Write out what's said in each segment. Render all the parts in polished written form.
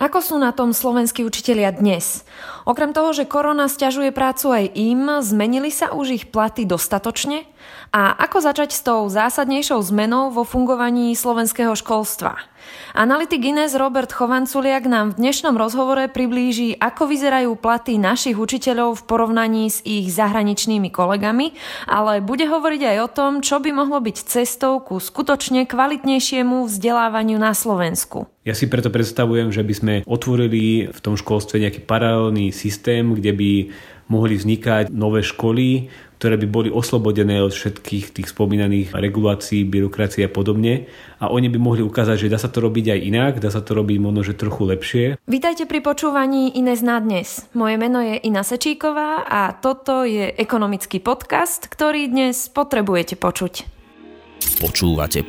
Ako sú na tom slovenskí učitelia dnes? Okrem toho, že korona sťažuje prácu aj im, zmenili sa už ich platy dostatočne? A ako začať s tou zásadnejšou zmenou vo fungovaní slovenského školstva? Analytik Ines Robert Chovanculiak nám v dnešnom rozhovore priblíži, ako vyzerajú platy našich učiteľov v porovnaní s ich zahraničnými kolegami, ale bude hovoriť aj o tom, čo by mohlo byť cestou ku skutočne kvalitnejšiemu vzdelávaniu na Slovensku. Ja si preto predstavujem, že by sme otvorili v tom školstve nejaký paralelný systém, kde by mohli vznikať nové školy, ktoré by boli oslobodené od všetkých tých spomínaných regulácií, byrokracie a podobne. A oni by mohli ukázať, že dá sa to robiť aj inak, dá sa to robiť možno, že trochu lepšie. Vítajte pri počúvaní Ines na dnes. Moje meno je Ina Sečíková a toto je ekonomický podcast, ktorý dnes potrebujete počuť. Počúvate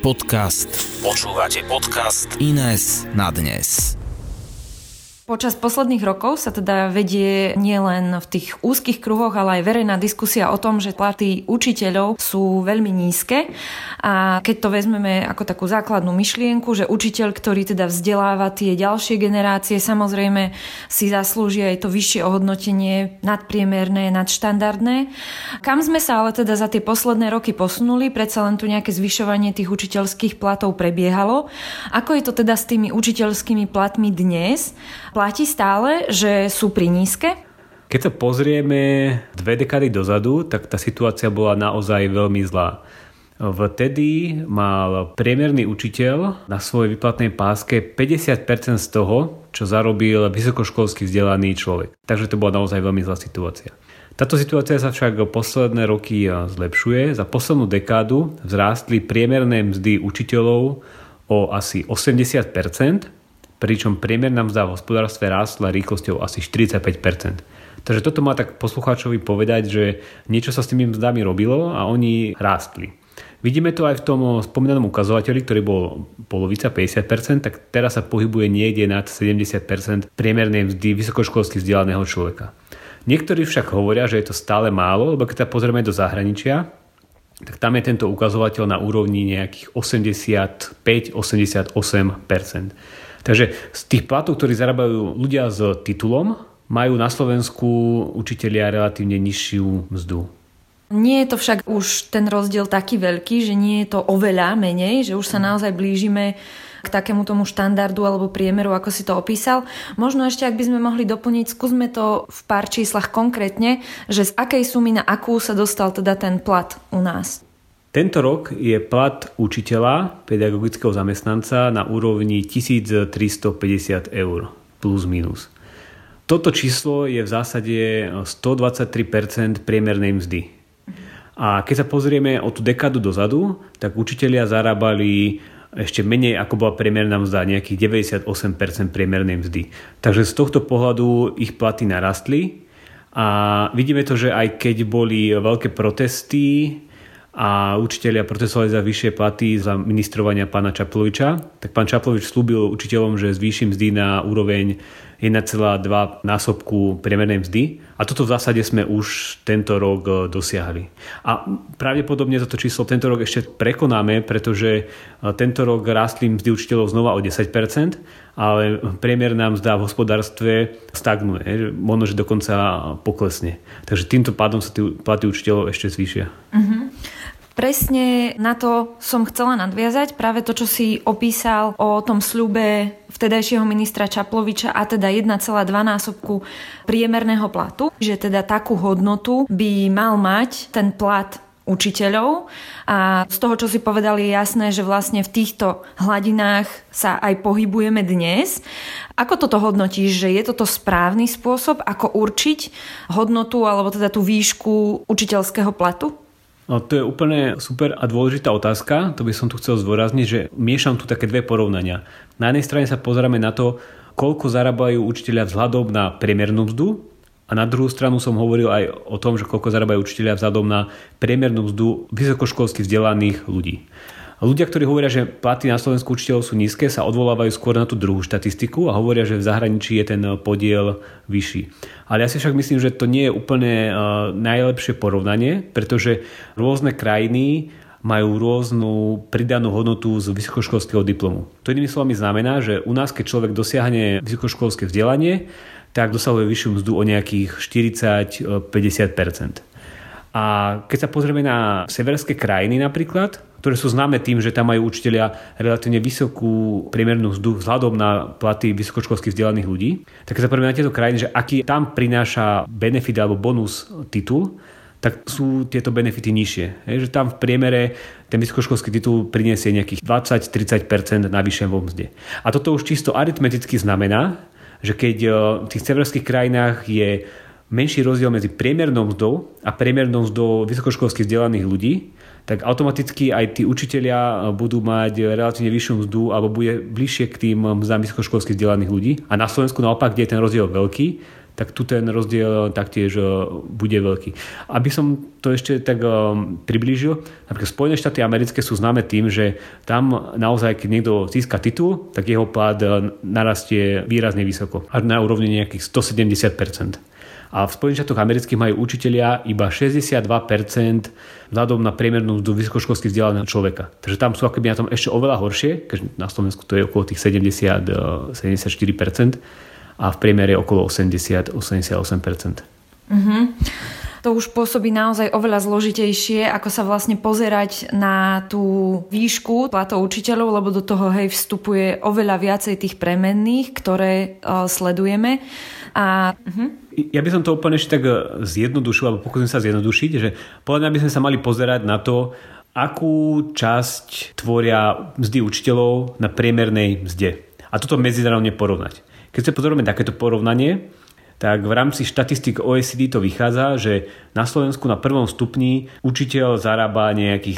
podcast Ines na dnes. Počas posledných rokov sa teda vedie nielen v tých úzkych kruhoch, ale aj verejná diskusia o tom, že platy učiteľov sú veľmi nízke. A keď to vezmeme ako takú základnú myšlienku, že učiteľ, ktorý teda vzdeláva tie ďalšie generácie, samozrejme si zaslúži aj to vyššie ohodnotenie, nadpriemerné, nadštandardné. Kam sme sa ale teda za tie posledné roky posunuli? Predsa len tu nejaké zvyšovanie tých učiteľských platov prebiehalo. Ako je to teda s tými učiteľskými platmi dnes? Platí stále, že sú prinízke? Keď sa pozrieme 2 dekády dozadu, tak tá situácia bola naozaj veľmi zlá. Vtedy mal priemerný učiteľ na svojej výplatnej páske 50% z toho, čo zarobil vysokoškolsky vzdelaný človek. Takže to bola naozaj veľmi zlá situácia. Táto situácia sa však posledné roky zlepšuje. Za poslednú dekádu vzrástli priemerné mzdy učiteľov o asi 80%, pričom priemerná mzda v hospodárstve rástla rýchlosťou asi 45%. Takže toto má tak poslucháčovi povedať, že niečo sa s tými mzdami robilo a oni rástli. Vidíme to aj v tom spomínanom ukazovateli, ktorý bol polovica 50%, tak teraz sa pohybuje niekde nad 70% priemernej mzdy vysokoškolsky vzdelaného človeka. Niektorí však hovoria, že je to stále málo, lebo keď sa pozrieme do zahraničia, tak tam je tento ukazovateľ na úrovni nejakých 85-88%. Takže z tých platov, ktorí zarábajú ľudia s titulom, majú na Slovensku učitelia relatívne nižšiu mzdu. Nie je to však už ten rozdiel taký veľký, že nie je to oveľa menej, že už sa naozaj blížime k takému tomu štandardu alebo priemeru, ako si to opísal. Možno ešte, ak by sme mohli doplniť, skúsme to v pár číslach konkrétne, že z akej sumy na akú sa dostal teda ten plat u nás. Tento rok je plat učiteľa, pedagogického zamestnanca na úrovni 1350 eur plus minus. Toto číslo je v zásade 123% priemernej mzdy. A keď sa pozrieme o tú dekádu dozadu, tak učitelia zarábali ešte menej ako bola priemerná mzda, nejakých 98% priemernej mzdy. Takže z tohto pohľadu ich platy narastli a vidíme to, že aj keď boli veľké protesty a učitelia protestovali za vyššie platy za ministrovania pána Čaploviča, tak pán Čaplovič slúbil učiteľom, že zvýši mzdy na úroveň 1,2 násobku priemernej mzdy a toto v zásade sme už tento rok dosiahli. A pravdepodobne za to číslo tento rok ešte prekonáme, pretože tento rok rástli mzdy učiteľov znova o 10%, ale priemerná mzda v hospodárstve stagnuje, možno, že dokonca poklesne. Takže týmto pádom sa tí platy učiteľov ešte zvýšia. Presne na to som chcela nadviazať, práve to, čo si opísal o tom sľube vtedajšieho ministra Čaploviča a teda 1,2 násobku priemerného platu, že teda takú hodnotu by mal mať ten plat učiteľov a z toho, čo si povedali, je jasné, že vlastne v týchto hladinách sa aj pohybujeme dnes. Ako toto hodnotíš, že je toto správny spôsob, ako určiť hodnotu alebo teda tú výšku učiteľského platu? No, to je úplne super a dôležitá otázka, to by som tu chcel zdôrazniť, že miešam tu také 2 porovnania. Na jednej strane sa pozeráme na to, koľko zarábajú učitelia vzhľadom na priemernú mzdu a na druhú stranu som hovoril aj o tom, že koľko zarábajú učitelia vzhľadom na priemernú mzdu vysokoškolsky vzdelaných ľudí. Ľudia, ktorí hovoria, že platy na Slovensku učiteľov sú nízke, sa odvolávajú skôr na tú druhú štatistiku a hovoria, že v zahraničí je ten podiel vyšší. Ale ja si však myslím, že to nie je úplne najlepšie porovnanie, pretože rôzne krajiny majú rôznu pridanú hodnotu z vysokoškolského diplomu. To inými slovami znamená, že u nás, keď človek dosiahne vysokoškolské vzdelanie, tak dosahuje vyššiu mzdu o nejakých 40-50%. A keď sa pozrieme na severské krajiny napríklad, ktoré sú známe tým, že tam majú učitelia relatívne vysokú priemernú mzdu vzhľadom na platy vysokoškolských vzdelaných ľudí, tak keď sa pozrieme na tieto krajiny, že aký tam prináša benefit alebo bonus titul, tak sú tieto benefity nižšie. Že tam v priemere ten vysokoškolský titul priniesie nejakých 20-30% navyše vo mzde. A toto už čisto aritmeticky znamená, že keď v tých severských krajinách je menší rozdiel medzi priemernou mzdou a priemernou mzdou vysokoškolských vzdelaných ľudí, tak automaticky aj tí učitelia budú mať relatívne vyššiu mzdu alebo bude bližšie k tým mzdám vysokoškolských vzdelaných ľudí. A na Slovensku naopak, kde je ten rozdiel veľký, tak tu ten rozdiel taktiež bude veľký. Aby som to ešte tak priblížil, napríklad Spojené štáty americké sú známe tým, že tam naozaj, keď niekto získa titul, tak jeho plat narastie výrazne vysoko, až na úrovni nejakých 170%. A v Spojených štátoch amerických majú učitelia iba 62% vzhľadom na priemernú mzdu vysokoškolsky vzdelaného človeka. Takže tam sú akoby na tom ešte oveľa horšie, keďže na Slovensku to je okolo tých 74%. A v priemere okolo 80-88%. To už pôsobí naozaj oveľa zložitejšie, ako sa vlastne pozerať na tú výšku platov učiteľov, lebo do toho vstupuje oveľa viacej tých premenných, ktoré sledujeme. Ja by som to úplne ešte tak zjednodušil, alebo pokúsim sa zjednodušiť, že podľa mňa by sme sa mali pozerať na to, akú časť tvoria mzdy učiteľov na priemernej mzde. A toto medzinárodne porovnať. Keď sa pozrieme takéto porovnanie, tak v rámci štatistík OECD to vychádza, že na Slovensku na prvom stupni učiteľ zarába nejakých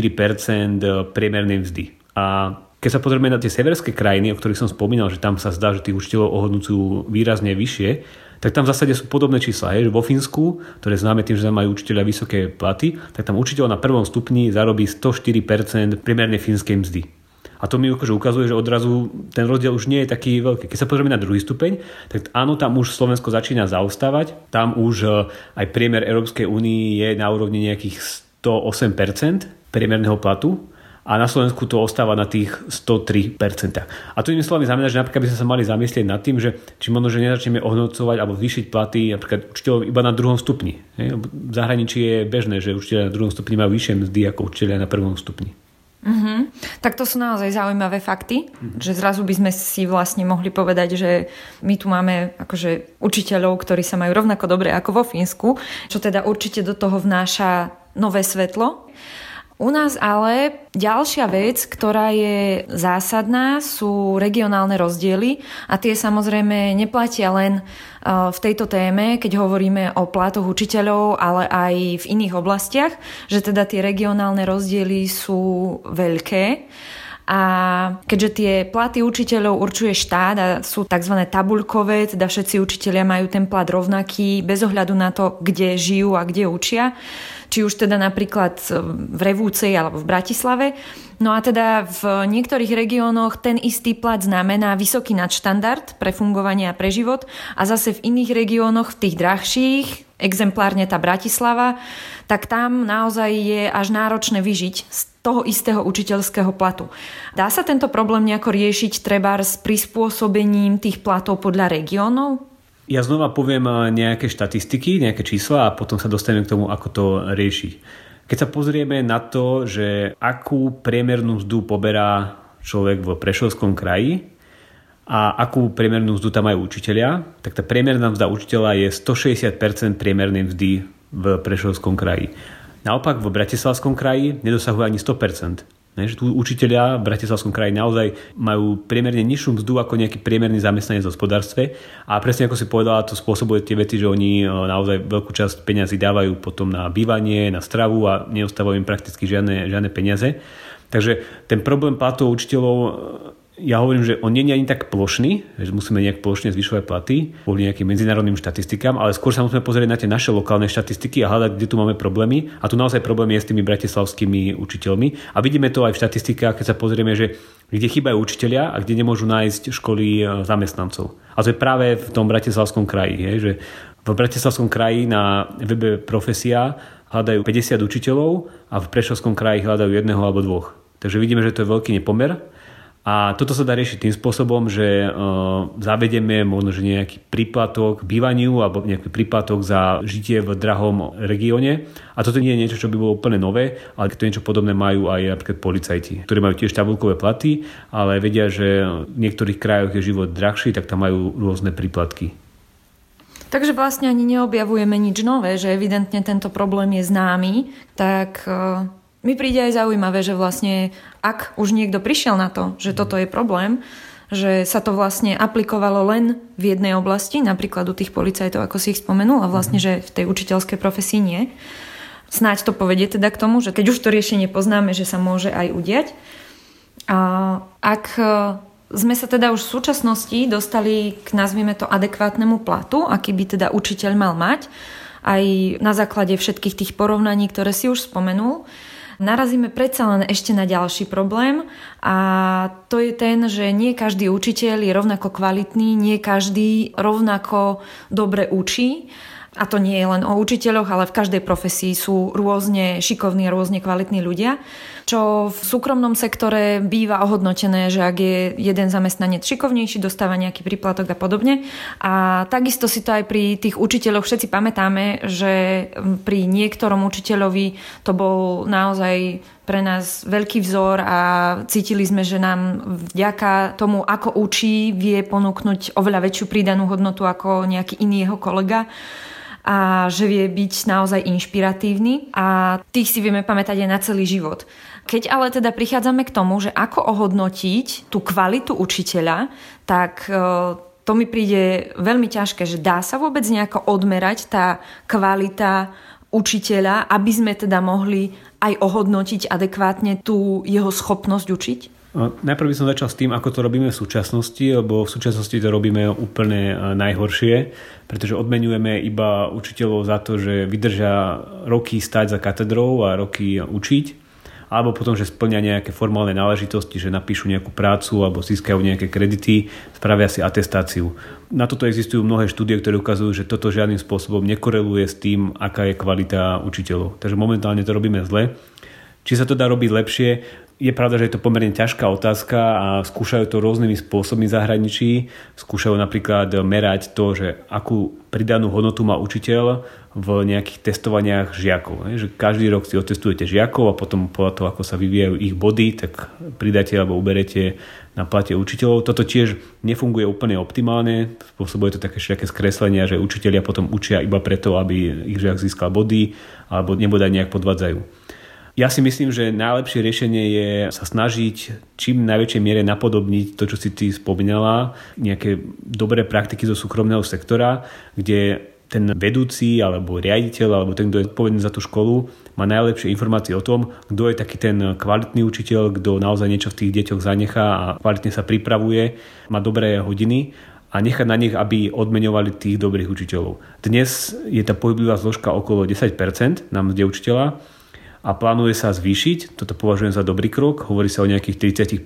104% priemernej mzdy. A keď sa pozrieme na tie severské krajiny, o ktorých som spomínal, že tam sa zdá, že tých učiteľov ohodnocujú výrazne vyššie, tak tam v zásade sú podobné čísla. Že vo Fínsku, ktoré známe tým, že tam majú učiteľia vysoké platy, tak tam učiteľ na prvom stupni zarobí 104% priemernej fínskej mzdy. A to mi ukazuje, že odrazu ten rozdiel už nie je taký veľký. Keď sa pozrieme na druhý stupeň, tak áno, tam už Slovensko začína zaostávať. Tam už aj priemer Európskej únie je na úrovni nejakých 108% priemerného platu a na Slovensku to ostáva na tých 103%. A to inými slovami znamená, že napríklad by sme sa mali zamyslieť nad tým, že či možno, že nezačneme ohodnocovať alebo zvýšiť platy napríklad učiteľov iba na druhom stupni. V zahraničí je bežné, že učiteľia na druhom stupni majú vyššie mzdy ako učiteľia na prvom stupni. Tak to sú naozaj zaujímavé fakty, že zrazu by sme si vlastne mohli povedať, že my tu máme akože učiteľov, ktorí sa majú rovnako dobre ako vo Fínsku, čo teda určite do toho vnáša nové svetlo. U nás ale ďalšia vec, ktorá je zásadná, sú regionálne rozdiely a tie samozrejme neplatia len v tejto téme, keď hovoríme o platoch učiteľov, ale aj v iných oblastiach, že teda tie regionálne rozdiely sú veľké. A keďže tie platy učiteľov určuje štát a sú tzv. Tabuľkové, teda všetci učitelia majú ten plat rovnaký bez ohľadu na to, kde žijú a kde učia, či už teda napríklad v Revúcej alebo v Bratislave. No a teda v niektorých regiónoch ten istý plat znamená vysoký nadštandard pre fungovanie a pre život a zase v iných regiónoch, v tých drahších, exemplárne tá Bratislava, tak tam naozaj je až náročné vyžiť z toho istého učiteľského platu. Dá sa tento problém nejako riešiť trebárs s prispôsobením tých platov podľa regiónov? Ja znova poviem nejaké štatistiky, nejaké čísla a potom sa dostaneme k tomu, ako to riešiť. Keď sa pozrieme na to, že akú priemernú mzdu poberá človek v Prešovskom kraji a akú priemernú mzdu tam majú učitelia, tak tá priemerná mzda učiteľa je 160% priemernej mzdy v Prešovskom kraji. Naopak v Bratislavskom kraji nedosahuje ani 100%. Že tu učitelia v Bratislavskom kraji naozaj majú priemerne nižšiu mzdu ako nejaký priemerný zamestnanec v hospodárstve a presne ako si povedala, to spôsobuje tie veci, že oni naozaj veľkú časť peňazí dávajú potom na bývanie, na stravu a neostávajú im prakticky žiadne peniaze. Takže ten problém platov učiteľov, ja hovorím, že on nie je ani tak plošný, že musíme nejak plošne zvyšovať platy kvôli nejakým medzinárodným štatistikám, ale skôr sa musíme pozrieť na tie naše lokálne štatistiky a hľadať, kde tu máme problémy. A tu naozaj problém je s tými bratislavskými učiteľmi. A vidíme to aj v štatistikách, keď sa pozrieme, že kde chýbajú učitelia a kde nemôžu nájsť školy zamestnancov. A to je práve v tom Bratislavskom kraji, že v Bratislavskom kraji na webe Profesia hľadajú 50 učiteľov a v Prešovskom kraji hľadajú 1 alebo 2. Takže vidíme, že to je veľký nepomer. A toto sa dá riešiť tým spôsobom, že zavedieme možno že nejaký príplatok k bývaniu alebo nejaký príplatok za žitie v drahom regióne. A toto nie je niečo, čo by bolo úplne nové, ale to niečo podobné majú aj napríklad policajti, ktorí majú tiež tabuľkové platy, ale vedia, že v niektorých krajoch je život drahší, tak tam majú rôzne príplatky. Takže vlastne ani neobjavujeme nič nové, že evidentne tento problém je známy, tak mi príde aj zaujímavé, že vlastne ak už niekto prišiel na to, že toto je problém, že sa to vlastne aplikovalo len v jednej oblasti, napríklad u tých policajtov, ako si ich spomenul, a vlastne, že v tej učiteľskej profesii nie. Snáď to povedie teda k tomu, že keď už to riešenie poznáme, že sa môže aj udiať. A ak sme sa teda už v súčasnosti dostali k, nazvime to, adekvátnemu platu, aký by teda učiteľ mal mať, aj na základe všetkých tých porovnaní, ktoré si už spomenul, narazíme predsa len ešte na ďalší problém a to je ten, že nie každý učiteľ je rovnako kvalitný, nie každý rovnako dobre učí. A to nie je len o učiteľoch, ale v každej profesii sú rôzne šikovní a rôzne kvalitní ľudia, čo v súkromnom sektore býva ohodnotené, že ak je jeden zamestnanec šikovnejší, dostáva nejaký príplatok a podobne. A takisto si to aj pri tých učiteľoch všetci pamätáme, že pri niektorom učiteľovi to bol naozaj pre nás veľký vzor a cítili sme, že nám vďaka tomu, ako učí, vie ponúknuť oveľa väčšiu pridanú hodnotu ako nejaký iný jeho kolega. A že vie byť naozaj inšpiratívny a tých si vieme pamätať aj na celý život. Keď ale teda prichádzame k tomu, že ako ohodnotiť tú kvalitu učiteľa, tak to mi príde veľmi ťažké, že dá sa vôbec nejako odmerať tá kvalita učiteľa, aby sme teda mohli aj ohodnotiť adekvátne tú jeho schopnosť učiť? Najprv by som začal s tým, ako to robíme v súčasnosti, lebo v súčasnosti to robíme úplne najhoršie, pretože odmeňujeme iba učiteľov za to, že vydržia roky stať za katedrou a roky učiť, alebo potom, že splňa nejaké formálne náležitosti, že napíšu nejakú prácu alebo získajú nejaké kredity, spravia si atestáciu. Na toto existujú mnohé štúdie, ktoré ukazujú, že toto žiadnym spôsobom nekoreluje s tým, aká je kvalita učiteľov. Takže momentálne to robíme zle. Či sa to dá robiť lepšie? Je pravda, že je to pomerne ťažká otázka a skúšajú to rôznymi spôsobmi v zahraničí. Skúšajú napríklad merať to, že akú pridanú hodnotu má učiteľ v nejakých testovaniach žiakov. Že každý rok si otestujete žiakov a potom podľa toho, ako sa vyvíjajú ich body, tak pridáte alebo uberete na plate učiteľov. Toto tiež nefunguje úplne optimálne. Spôsobuje to také všelijaké skreslenia, že učitelia potom učia iba preto, aby ich žiak získal body alebo nebodaj nejak podvádzajú. Ja si myslím, že najlepšie riešenie je sa snažiť čím najväčšej miere napodobniť to, čo si ty spomínala, nejaké dobré praktiky zo súkromného sektora, kde ten vedúci alebo riaditeľ alebo ten, kto je odpovedný za tú školu, má najlepšie informácie o tom, kto je taký ten kvalitný učiteľ, kto naozaj niečo v tých deťoch zanechá a kvalitne sa pripravuje, má dobré hodiny a nechať na nich, aby odmeňovali tých dobrých učiteľov. Dnes je tá pohyblivá zložka okolo 10% na mzde učiteľa, a plánuje sa zvýšiť, toto považujem za dobrý krok, hovorí sa o nejakých 30%,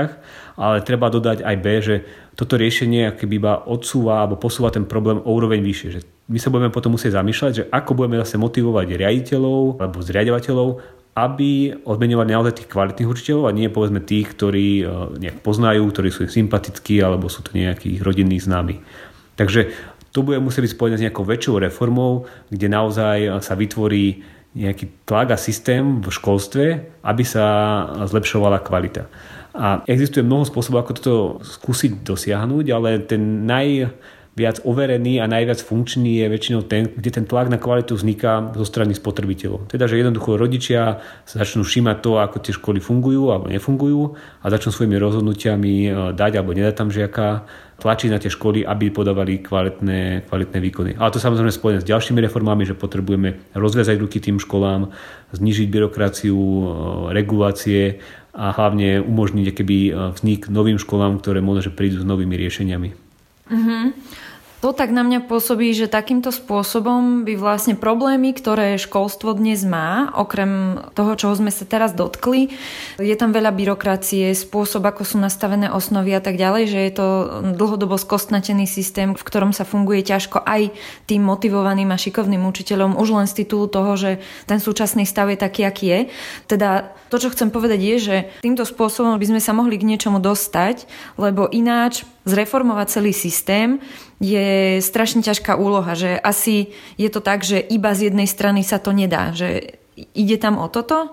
ale treba dodať aj B, že toto riešenie akoby iba odsúva alebo posúva ten problém o úroveň vyššie. Že my sa budeme potom musieť zamýšľať, že ako budeme zase motivovať riaditeľov alebo zriaďovateľov, aby odmeňovali naozaj tých kvalitných učiteľov a nie povedzme tých, ktorí nejak poznajú, ktorí sú sympatickí alebo sú to nejakí rodinní známi. Takže to bude musieť byť spojené s nejakou väčšou reformou, kde naozaj sa vytvorí nejaký tlak a systém v školstve, aby sa zlepšovala kvalita. A existuje mnoho spôsobov, ako toto skúsiť dosiahnuť, ale ten najviac overený a najviac funkčný je väčšinou ten, kde ten tlak na kvalitu vzniká zo strany spotrebiteľov. Teda, že jednoducho rodičia sa začnú všímať to, ako tie školy fungujú alebo nefungujú a začnú svojimi rozhodnutiami dať alebo nedať tam žiaka, tlačiť na tie školy, aby podávali kvalitné výkony. Ale to samozrejme spojené s ďalšími reformami, že potrebujeme rozviazať ruky tým školám, znížiť byrokraciu, regulácie a hlavne umožniť vznik novým školám, ktoré možno že prídu s novými riešeniami. To tak na mňa pôsobí, že takýmto spôsobom by vlastne problémy, ktoré školstvo dnes má, okrem toho, čoho sme sa teraz dotkli, je tam veľa byrokracie, spôsob, ako sú nastavené osnovy a tak ďalej, že je to dlhodobo skostnatený systém, v ktorom sa funguje ťažko aj tým motivovaným a šikovným učiteľom, už len z titulu toho, že ten súčasný stav je taký, aký je. Teda to, čo chcem povedať je, že týmto spôsobom by sme sa mohli k niečomu dostať, lebo ináč zreformovať celý systém je strašne ťažká úloha, že asi je to tak, že iba z jednej strany sa to nedá, že ide tam o toto?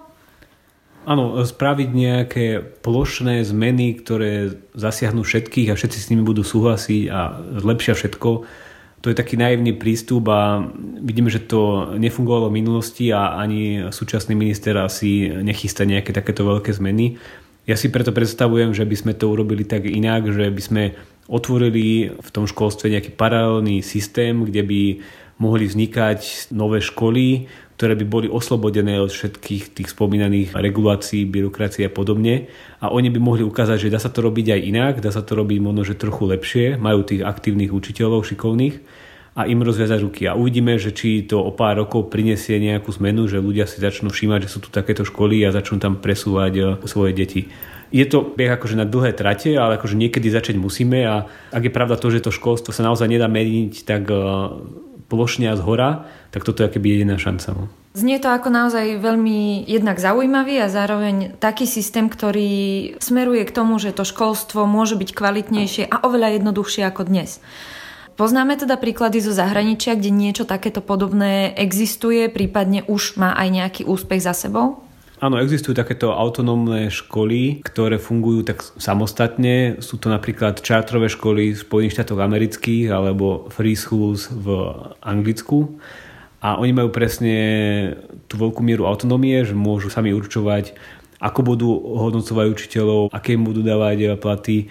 Áno, spraviť nejaké plošné zmeny, ktoré zasiahnu všetkých a všetci s nimi budú súhlasiť a zlepšia všetko. To je taký naivný prístup a vidíme, že to nefungovalo v minulosti a ani súčasný minister asi nechystá nejaké takéto veľké zmeny. Ja si preto predstavujem, že by sme to urobili tak inak, že by sme otvorili v tom školstve nejaký paralelný systém, kde by mohli vznikať nové školy, ktoré by boli oslobodené od všetkých tých spomínaných regulácií, byrokracie a podobne. A oni by mohli ukázať, že dá sa to robiť aj inak, dá sa to robiť možno, že trochu lepšie, majú tých aktívnych učiteľov, šikovných a im rozviazať ruky. A uvidíme, že či to o pár rokov prinesie nejakú zmenu, že ľudia si začnú všímať, že sú tu takéto školy a začnú tam presúvať svoje deti. Je to beh akože na dlhé trate, ale akože niekedy začať musíme a ak je pravda to, že to školstvo sa naozaj nedá meniť tak plošne a zhora, tak toto je akoby jediná šanca. Znie to ako naozaj veľmi jednak zaujímavý a zároveň taký systém, ktorý smeruje k tomu, že to školstvo môže byť kvalitnejšie a oveľa jednoduchšie ako dnes. Poznáme teda príklady zo zahraničia, kde niečo takéto podobné existuje, prípadne už má aj nejaký úspech za sebou? Áno, existujú takéto autonómne školy, ktoré fungujú tak samostatne. Sú to napríklad čartrové školy v Spojených štátoch amerických alebo free schools v Anglicku. A oni majú presne tú veľkú mieru autonómie, že môžu sami určovať, ako budú hodnocovať učiteľov, aké im budú dávať platy.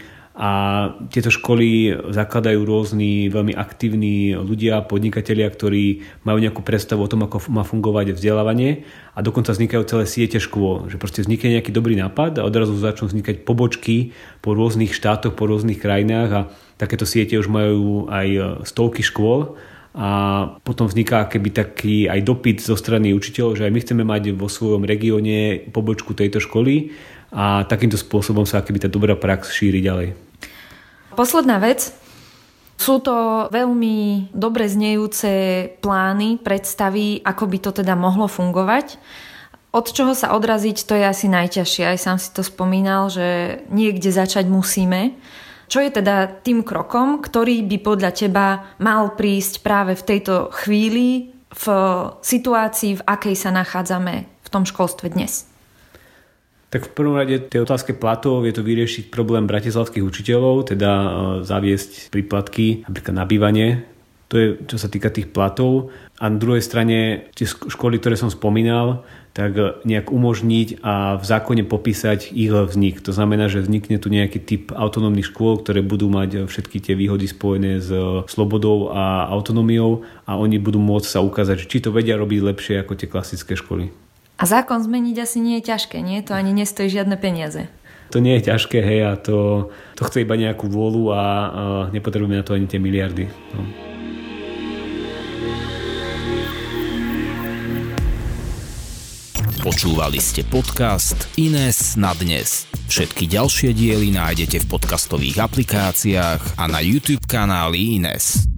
A tieto školy zakladajú rôzni veľmi aktívni ľudia, podnikatelia, ktorí majú nejakú predstavu o tom, ako má fungovať vzdelávanie a dokonca vznikajú celé siete škôl, že proste vznikne nejaký dobrý nápad a odrazu začnú vznikať pobočky po rôznych štátoch, po rôznych krajinách a takéto siete už majú aj stovky škôl a potom vzniká keby taký aj dopyt zo strany učiteľov, že aj my chceme mať vo svojom regióne pobočku tejto školy a takýmto spôsobom sa keby tá dobrá prax šíri ďalej. Posledná vec. Sú to veľmi dobre znejúce plány, predstavy, ako by to teda mohlo fungovať. Od čoho sa odraziť, to je asi najťažšie. Aj sám si to spomínal, že niekde začať musíme. Čo je teda tým krokom, ktorý by podľa teba mal prísť práve v tejto chvíli, v situácii, v akej sa nachádzame v tom školstve dnes? Tak v prvom rade tej otázke platov je to vyriešiť problém bratislavských učiteľov, teda zaviesť príplatky napríklad na bývanie. To je, čo sa týka tých platov. A na druhej strane tie školy, ktoré som spomínal, tak nejak umožniť a v zákone popísať ich vznik. To znamená, že vznikne tu nejaký typ autonómnych škôl, ktoré budú mať všetky tie výhody spojené s slobodou a autonómiou a oni budú môcť sa ukázať, či to vedia robiť lepšie ako tie klasické školy. A zákon zmeniť asi nie je ťažké, nie? To ani nestojí žiadne peniaze. To nie je ťažké, hej, a to chce iba nejakú vôľu a nepotrebujeme na to ani tie miliardy. No. Počúvali ste podcast Ines na dnes. Všetky ďalšie diely nájdete v podcastových aplikáciách a na YouTube kanáli Ines.